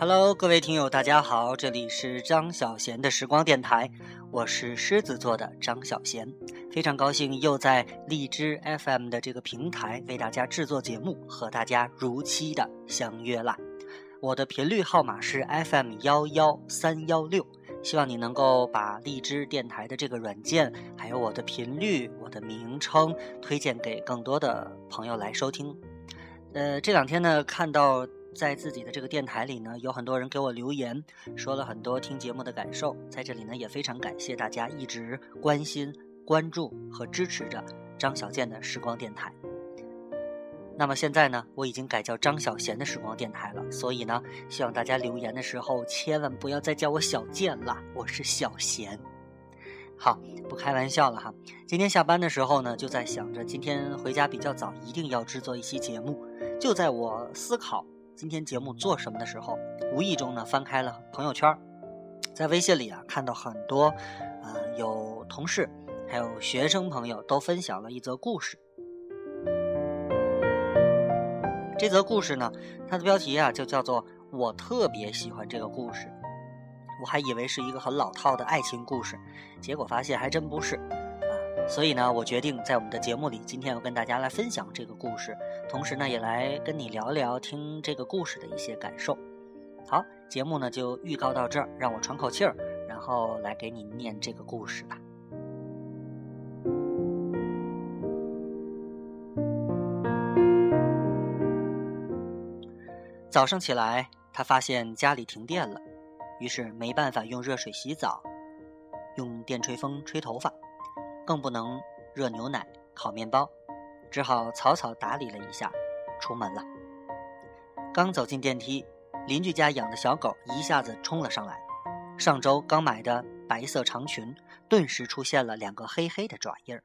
Hello， 各位听友，大家好，这里是张小贤的时光电台，我是狮子座的张小贤，非常高兴又在荔枝 FM 的这个平台为大家制作节目，和大家如期的相约啦。我的频率号码是 FM11316，希望你能够把荔枝电台的这个软件，还有我的频率、我的名称推荐给更多的朋友来收听。这两天呢，看到在自己的这个电台里呢，有很多人给我留言，说了很多听节目的感受，在这里呢也非常感谢大家一直关心、关注和支持着张小健的时光电台。那么现在呢，我已经改叫张小贤的时光电台了，所以呢，希望大家留言的时候千万不要再叫我小健了，我是小贤。好，不开玩笑了哈。今天下班的时候呢，就在想着今天回家比较早，一定要制作一期节目。就在我思考今天节目做什么的时候，无意中呢翻开了朋友圈，在微信里啊看到很多有同事还有学生朋友都分享了一则故事。这则故事呢，它的标题啊就叫做我特别喜欢这个故事。我还以为是一个很老套的爱情故事，结果发现还真不是所以呢，我决定在我们的节目里今天要跟大家来分享这个故事，同时呢也来跟你聊聊听这个故事的一些感受。好，节目呢就预告到这儿，让我喘口气儿，然后来给你念这个故事吧。早上起来，他发现家里停电了，于是没办法用热水洗澡，用电吹风吹头发，更不能热牛奶烤面包，只好草草打理了一下出门了。刚走进电梯，邻居家养的小狗一下子冲了上来，上周刚买的白色长裙顿时出现了2个黑黑的爪印儿。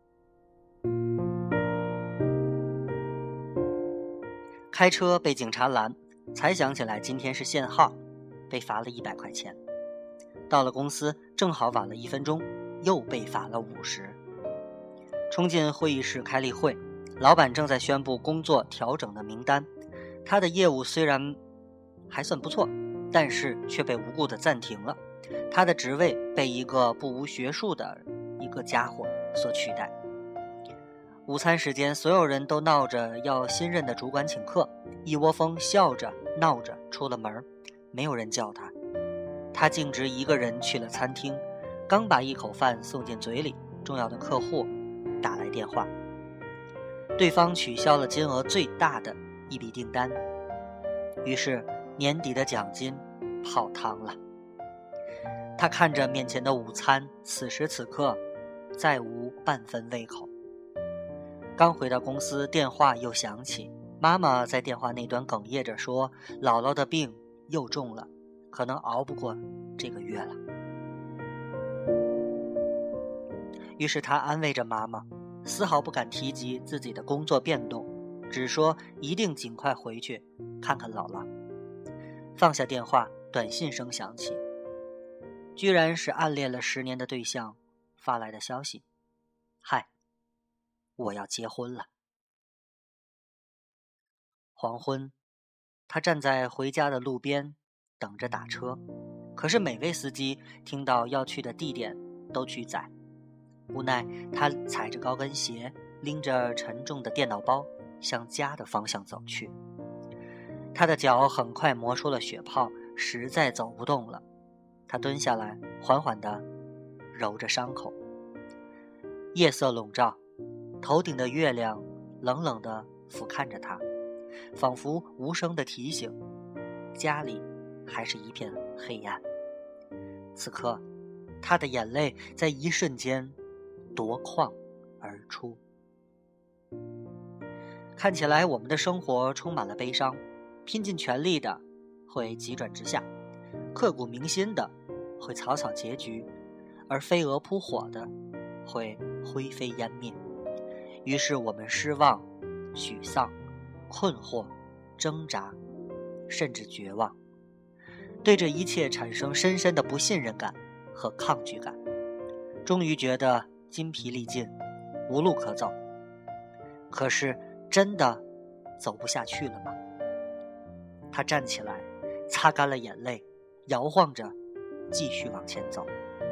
开车被警察拦，才想起来今天是限号，被罚了100块钱。到了公司正好晚了1分钟，又被罚了50。冲进会议室开例会，老板正在宣布工作调整的名单。他的业务虽然还算不错，但是却被无故的暂停了。他的职位被一个不无学术的一个家伙所取代。午餐时间，所有人都闹着要新任的主管请客，一窝蜂笑着闹着出了门，没有人叫他。他径直一个人去了餐厅，刚把一口饭送进嘴里，重要的客户打来电话，对方取消了金额最大的一笔订单，于是年底的奖金泡汤了。他看着面前的午餐，此时此刻再无半分胃口。刚回到公司，电话又响起，妈妈在电话那端哽咽着说，姥姥的病又重了，可能熬不过这个月了。于是他安慰着妈妈，丝毫不敢提及自己的工作变动，只说一定尽快回去看看姥姥。放下电话，短信声响起，居然是暗恋了10年的对象发来的消息，嗨，我要结婚了。黄昏，他站在回家的路边等着打车，可是每位司机听到要去的地点都拒载。无奈他踩着高跟鞋，拎着沉重的电脑包向家的方向走去。他的脚很快磨出了血泡，实在走不动了。他蹲下来，缓缓地揉着伤口。夜色笼罩，头顶的月亮冷冷地俯瞰着他，仿佛无声地提醒，家里还是一片黑暗。此刻，他的眼泪在一瞬间夺眶而出。看起来我们的生活充满了悲伤，拼尽全力的会急转直下，刻骨铭心的会草草结局，而飞蛾扑火的会灰飞烟灭。于是我们失望、沮丧、困惑、挣扎，甚至绝望，对这一切产生深深的不信任感和抗拒感，终于觉得筋疲力尽，无路可走。可是真的走不下去了吗？他站起来， 擦干了眼泪，摇晃着继续往前走。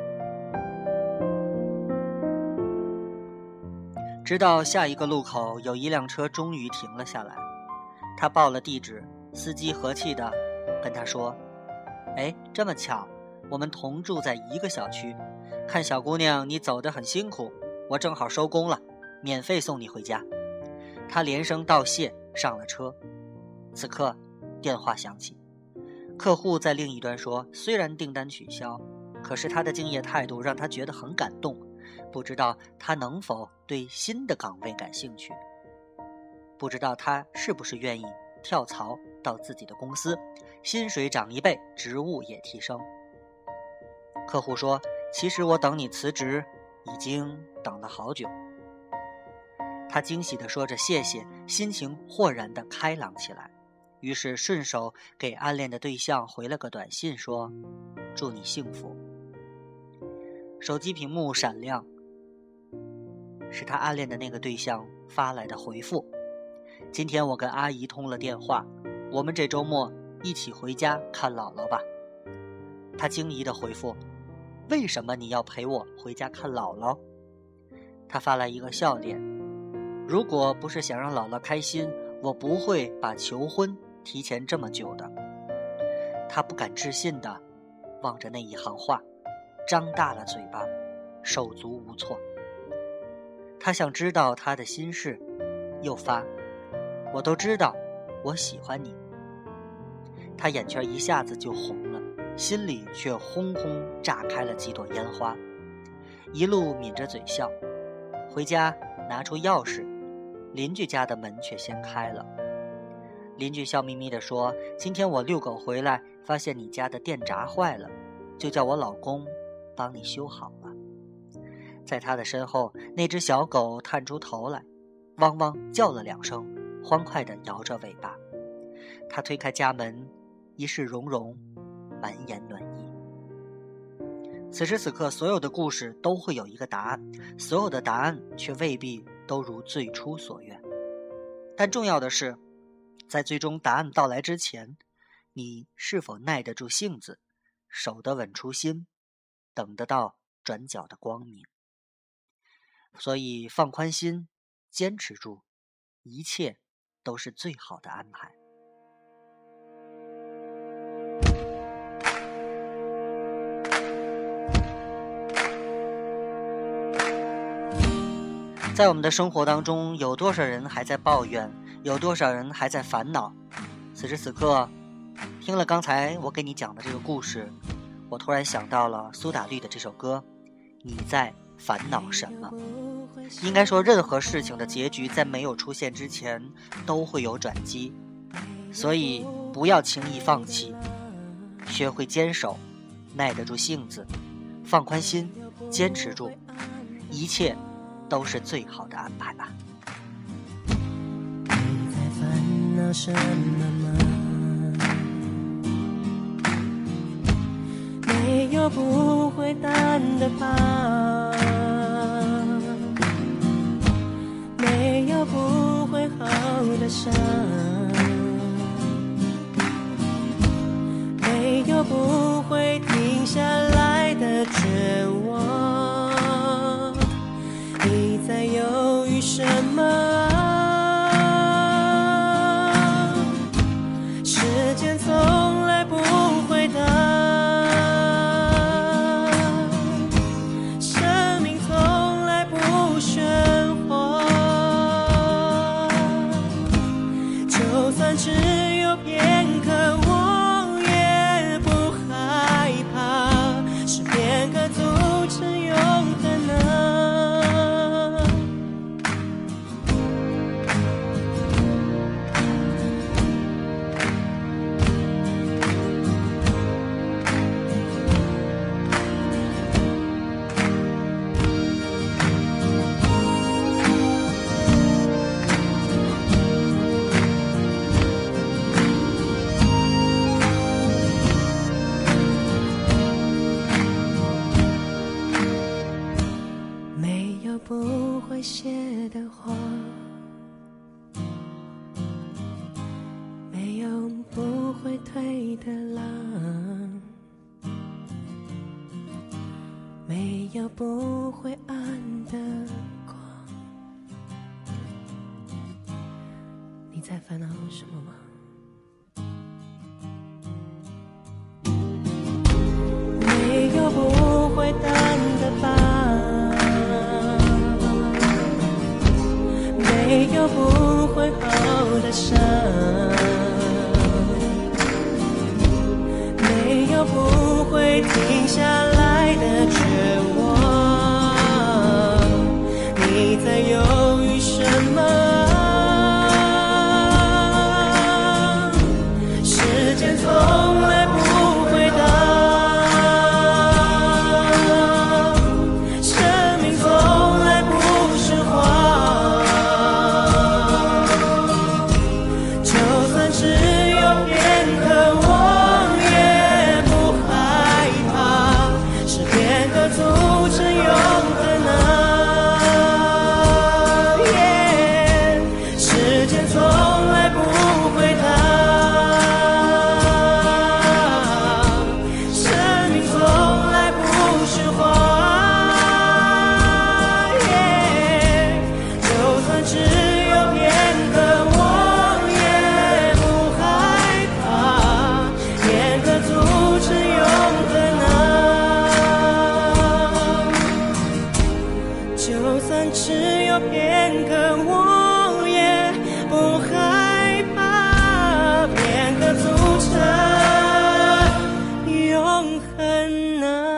直到下一个路口，有一辆车终于停了下来。他报了地址，司机和气地跟他说：哎，这么巧，我们同住在一个小区，看小姑娘你走得很辛苦，我正好收工了，免费送你回家。他连声道谢，上了车。此刻电话响起，客户在另一端说，虽然订单取消，可是他的敬业态度让他觉得很感动，不知道他能否对新的岗位感兴趣，不知道他是不是愿意跳槽到自己的公司，薪水涨1倍，职务也提升。客户说，其实我等你辞职已经等了好久。他惊喜地说着谢谢，心情豁然地开朗起来，于是顺手给暗恋的对象回了个短信，说祝你幸福。手机屏幕闪亮，是他暗恋的那个对象发来的回复：今天我跟阿姨通了电话，我们这周末一起回家看姥姥吧。他惊疑地回复：为什么你要陪我回家看姥姥？他发来一个笑脸：如果不是想让姥姥开心，我不会把求婚提前这么久的。他不敢置信地望着那一行话，张大了嘴巴，手足无措。他想知道他的心事，又发：我都知道，我喜欢你。他眼圈一下子就红了，心里却轰轰炸开了几朵烟花，一路抿着嘴笑。回家拿出钥匙，邻居家的门却先开了。邻居笑眯眯地说，今天我遛狗回来，发现你家的电闸坏了，就叫我老公帮你修好了。在他的身后，那只小狗探出头来，汪汪叫了2声，欢快地摇着尾巴。他推开家门，一世融融，满眼暖意。此时此刻，所有的故事都会有一个答案，所有的答案却未必都如最初所愿。但重要的是，在最终答案到来之前，你是否耐得住性子，守得稳初心，等得到转角的光明。所以放宽心，坚持住，一切都是最好的安排。在我们的生活当中，有多少人还在抱怨，有多少人还在烦恼？此时此刻，听了刚才我给你讲的这个故事，我突然想到了苏打绿的这首歌《你在烦恼什么》。应该说，任何事情的结局在没有出现之前都会有转机，所以不要轻易放弃，学会坚守，耐得住性子，放宽心，坚持住，一切都是最好的安排吧。 你在烦恼什么吗？没有不会淡的疤，没有不会好的伤，没有不会停下来的绝望。你在犹豫什么啊？时间从来不会等，生命从来不喧哗，就算只有片刻，我也不害怕，是片刻组成永恒啊。 不会暗的光。你在烦恼什么吗？没有不会淡的疤，没有不会好的伤，没有不会停下来的绝望。你在犹豫什么？时间从来不会到，生命从来不是谎。就算只有片刻，我也不害怕，是片刻组成永恒啊。时间从来不会到，就算只有片刻，我也不害怕，片刻组成永恒啊。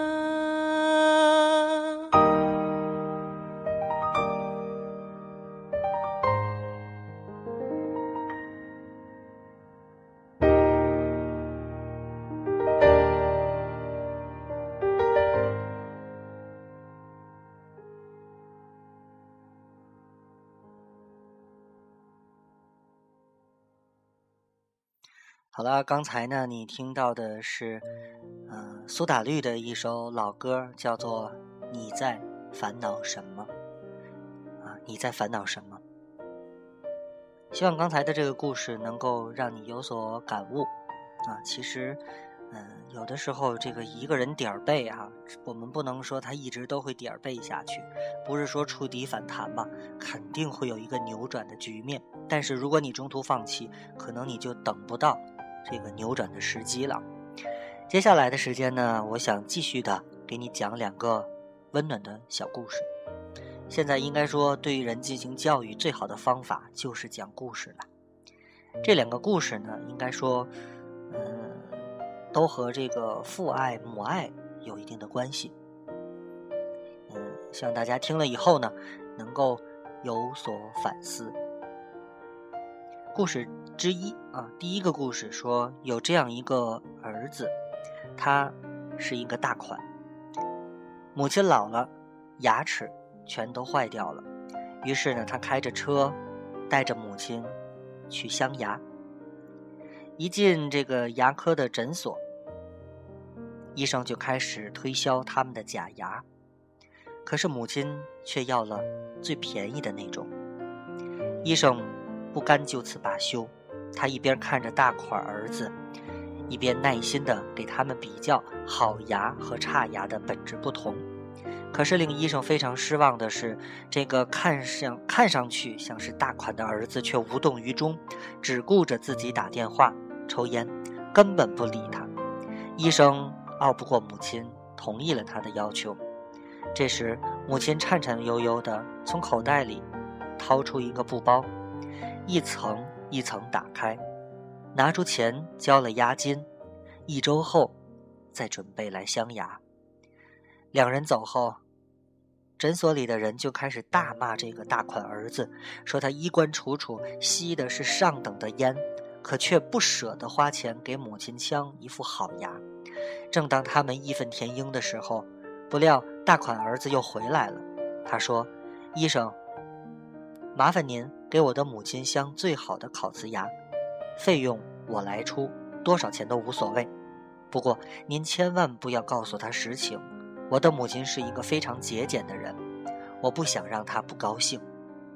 好了，刚才呢，你听到的是，苏打绿的一首老歌，叫做《你在烦恼什么》啊？你在烦恼什么？希望刚才的这个故事能够让你有所感悟啊。其实，有的时候这个一个人点儿背啊，我们不能说他一直都会点儿背下去，不是说触底反弹嘛，肯定会有一个扭转的局面。但是如果你中途放弃，可能你就等不到这个扭转的时机了。接下来的时间呢，我想继续的给你讲两个温暖的小故事。现在应该说，对于人进行教育最好的方法就是讲故事了。这两个故事呢，应该说，都和这个父爱母爱有一定的关系。希望大家听了以后呢，能够有所反思。故事之一啊，第一个故事说，有这样一个儿子，他是一个大款，母亲老了，牙齿全都坏掉了，于是呢，他开着车带着母亲去镶牙。一进这个牙科的诊所，医生就开始推销他们的假牙，可是母亲却要了最便宜的那种。医生不甘就此罢休，他一边看着大款儿子，一边耐心地给他们比较好牙和差牙的本质不同。可是令医生非常失望的是，这个看上去像是大款的儿子却无动于衷，只顾着自己打电话抽烟，根本不理他。医生拗不过母亲，同意了他的要求。这时母亲颤颤悠悠地从口袋里掏出一个布包，一层一层打开，拿出钱交了押金，1周后再准备来镶牙。两人走后，诊所里的人就开始大骂这个大款儿子，说他衣冠楚楚，吸的是上等的烟，可却不舍得花钱给母亲镶一副好牙。正当他们义愤填膺的时候，不料大款儿子又回来了。他说，医生，麻烦您给我的母亲镶最好的烤瓷牙，费用我来出，多少钱都无所谓，不过您千万不要告诉她实情，我的母亲是一个非常节俭的人，我不想让她不高兴。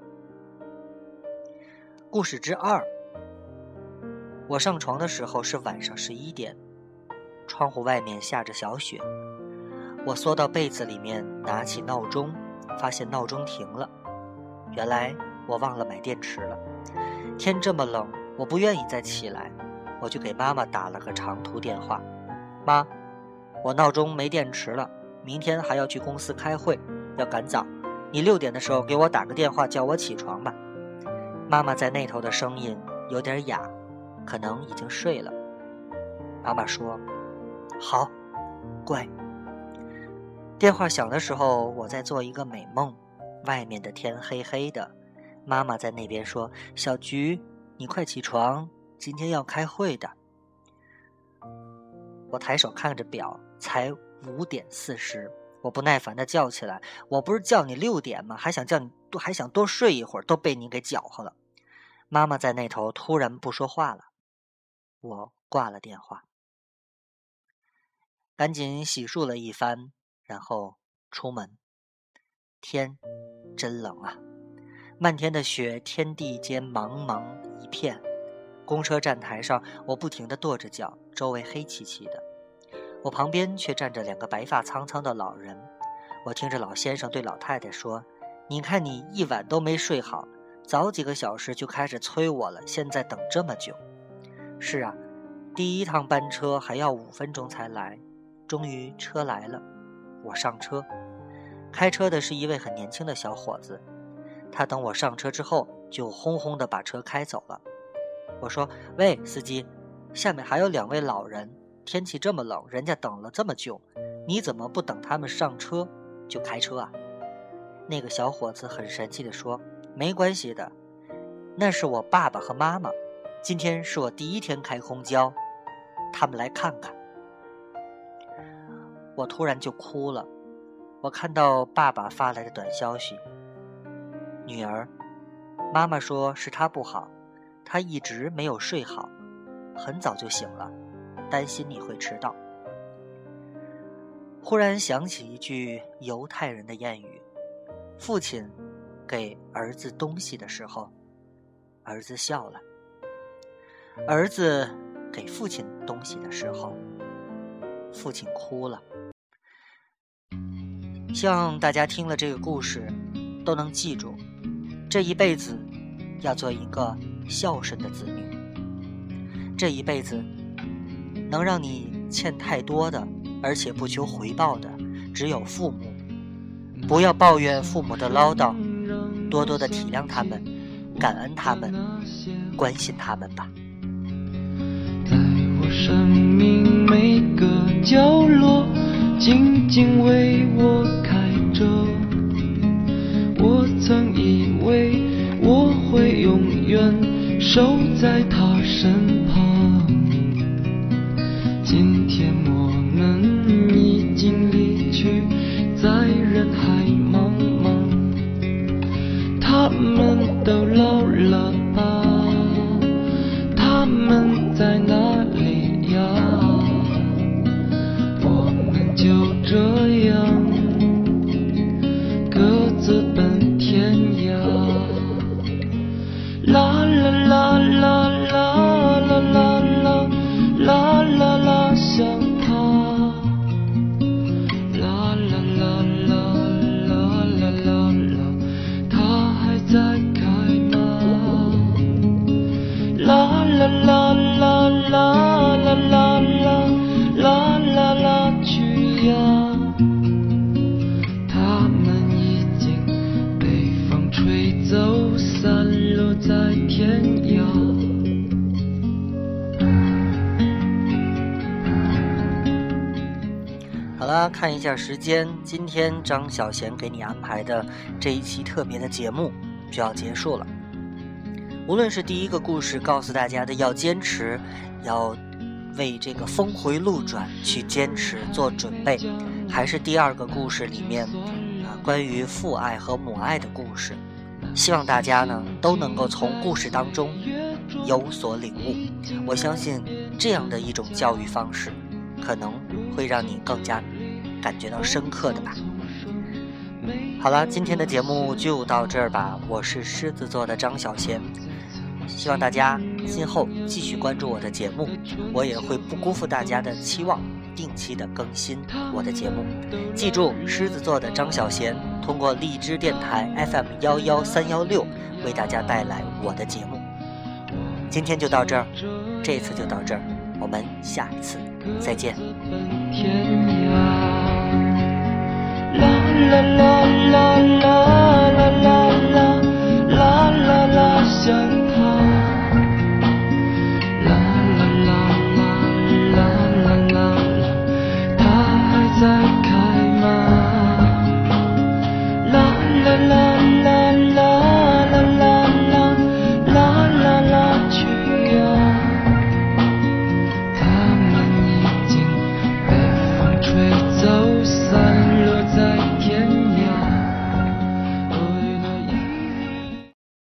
故事之2，我上床的时候是晚上11点，窗户外面下着小雪， 我缩到被子里面，拿起闹钟，发现闹钟停了。原来我忘了买电池了。天这么冷，我不愿意再起来，我就给妈妈打了个长途电话。妈，我闹钟没电池了，明天还要去公司开会，要赶早，你6点的时候给我打个电话叫我起床吧。妈妈在那头的声音有点哑，可能已经睡了。妈妈说：好，乖。电话响的时候，我在做一个美梦，外面的天黑黑的。妈妈在那边说：小菊，你快起床，今天要开会的。我抬手看着表，才5点40，我不耐烦地叫起来：我不是叫你6点吗？还想多睡一会儿，都被你给搅和了。妈妈在那头突然不说话了，我挂了电话，赶紧洗漱了一番，然后出门。天真冷啊，漫天的雪，天地间茫茫一片。公车站台上，我不停地跺着脚，周围黑漆漆的。我旁边却站着2个白发苍苍的老人。我听着老先生对老太太说：你看你一晚都没睡好，早几个小时就开始催我了，现在等这么久。是啊，第1趟班车还要5分钟才来，终于车来了，我上车。开车的是一位很年轻的小伙子，他等我上车之后就轰轰地把车开走了。我说：喂，司机，下面还有2位老人，天气这么冷，人家等了这么久，你怎么不等他们上车就开车啊？那个小伙子很神气地说：没关系的，那是我爸爸和妈妈，今天是我第1天开公交，他们来看看。我突然就哭了，我看到爸爸发来的短消息：女儿，妈妈说是她不好，她一直没有睡好，很早就醒了，担心你会迟到。忽然想起一句犹太人的谚语：父亲给儿子东西的时候，儿子笑了；儿子给父亲东西的时候，父亲哭了。希望大家听了这个故事都能记住，这一辈子要做一个孝顺的子女。这一辈子能让你欠太多的，而且不求回报的，只有父母。不要抱怨父母的唠叨，多多的体谅他们，感恩他们，关心他们吧。 在我生命每个角落，静静为我开着。我曾以为我会永远守在他身旁，今天我们已经离去，在人海茫茫。他们都老了吧？他们在哪里呀？我们就这样各自奔天涯。啦啦啦啦啦啦啦啦啦啦啦，想他。啦啦啦啦啦啦啦啦，他还在开吗？啦啦啦啦啦啦啦啦啦啦啦，去呀！他们已经被风吹走，散落在天涯。 好了，看一下时间，今天张小娴给你安排的这一期特别的节目就要结束了。无论是第1个故事告诉大家的要坚持，要为这个峰回路转去坚持做准备，还是第2个故事里面关于父爱和母爱的故事，希望大家呢都能够从故事当中有所领悟。我相信这样的一种教育方式可能会让你更加感觉到深刻的吧。好了，今天的节目就到这儿吧。我是狮子座的张小娴，希望大家今后继续关注我的节目，我也会不辜负大家的期望， 定期的更新我的节目。记住，狮子座的张小贤通过荔枝电台 FM11316为大家带来我的节目。今天就到这儿，这次就到这儿，我们下一次再见。 啦啦啦啦啦